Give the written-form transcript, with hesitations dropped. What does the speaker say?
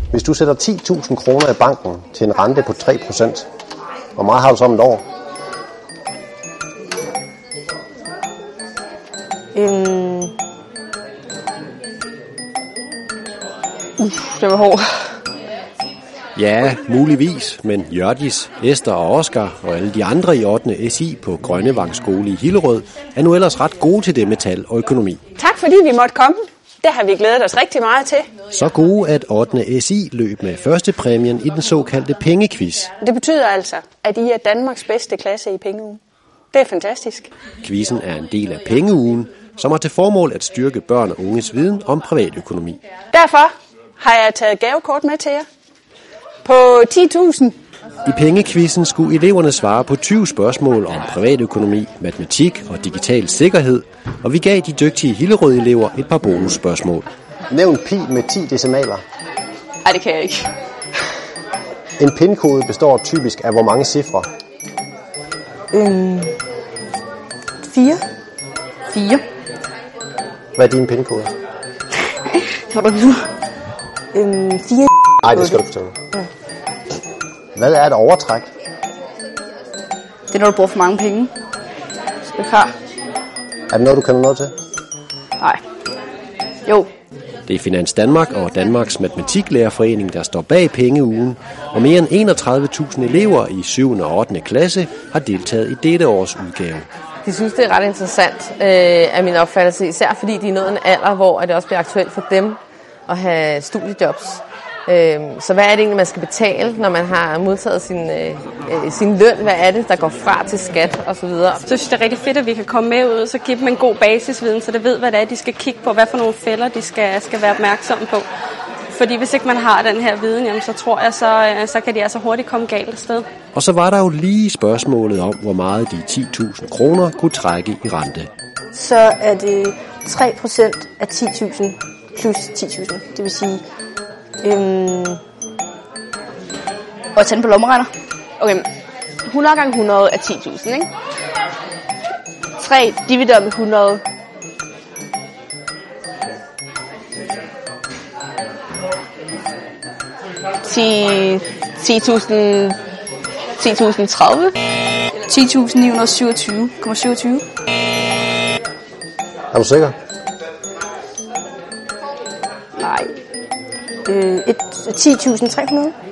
Hvis du sætter 10.000 kroner i banken til en rente på 3%, hvor meget har du så om et år? Det var hård. Ja, muligvis, men Hjørdis, Esther og Oscar og alle de andre i 8. SI på Grønnevang Skole i Hillerød er nu ellers ret gode til det med tal og økonomi. Tak fordi vi måtte komme. Det har vi glædet os rigtig meget til. Så gode, at 8. SI løb med første præmien i den såkaldte pengequiz. Det betyder altså, at I er Danmarks bedste klasse i pengeugen. Det er fantastisk. Quizzen er en del af pengeugen, som har til formål at styrke børn og unges viden om privatøkonomi. Derfor har jeg taget gavekort med til jer. På 10.000. I pengequizzen skulle eleverne svare på 20 spørgsmål om privatøkonomi, matematik og digital sikkerhed, og vi gav de dygtige Hillerød-elever et par bonusspørgsmål. Nævn pi med 10 decimaler. Nej, det kan jeg ikke. En pinkode består typisk af hvor mange cifre? 4. 4. Hvad er din pinkode? Får du 4. Nej, det skal du fortælle. Ja. Hvad er et overtræk? Det er, når du bruger for mange penge. Så det har. Er det noget, du kender noget til? Nej. Jo. Det er Finans Danmark og Danmarks Matematiklærerforening, der står bag pengeugen, og mere end 31.000 elever i 7. og 8. klasse har deltaget i dette års udgave. De synes, det er ret interessant af min opfattelse, især fordi de er nået en alder, hvor det også bliver aktuelt for dem at have studiejobs. Så hvad er det egentlig, man skal betale, når man har modtaget sin løn? Hvad er det, der går fra til skat osv.? Så synes jeg, det er rigtig fedt, at vi kan komme med ud og så give dem en god basisviden, så de ved, hvad det er, de skal kigge på, hvad for nogle fælder de skal være opmærksomme på. Fordi hvis ikke man har den her viden, jamen, så tror jeg, så kan de altså hurtigt komme galt afsted. Og så var der jo lige spørgsmålet om, hvor meget de 10.000 kroner kunne trække i rente. Så er det 3% af 10.000 plus 10.000. Det vil sige... Og tænde på lommeregner. Okay, 100 gange 100 er 10.000, ikke? 3 divideret med 100. $10.030. 10.927,27. Er du sikker? Nej. 10.300.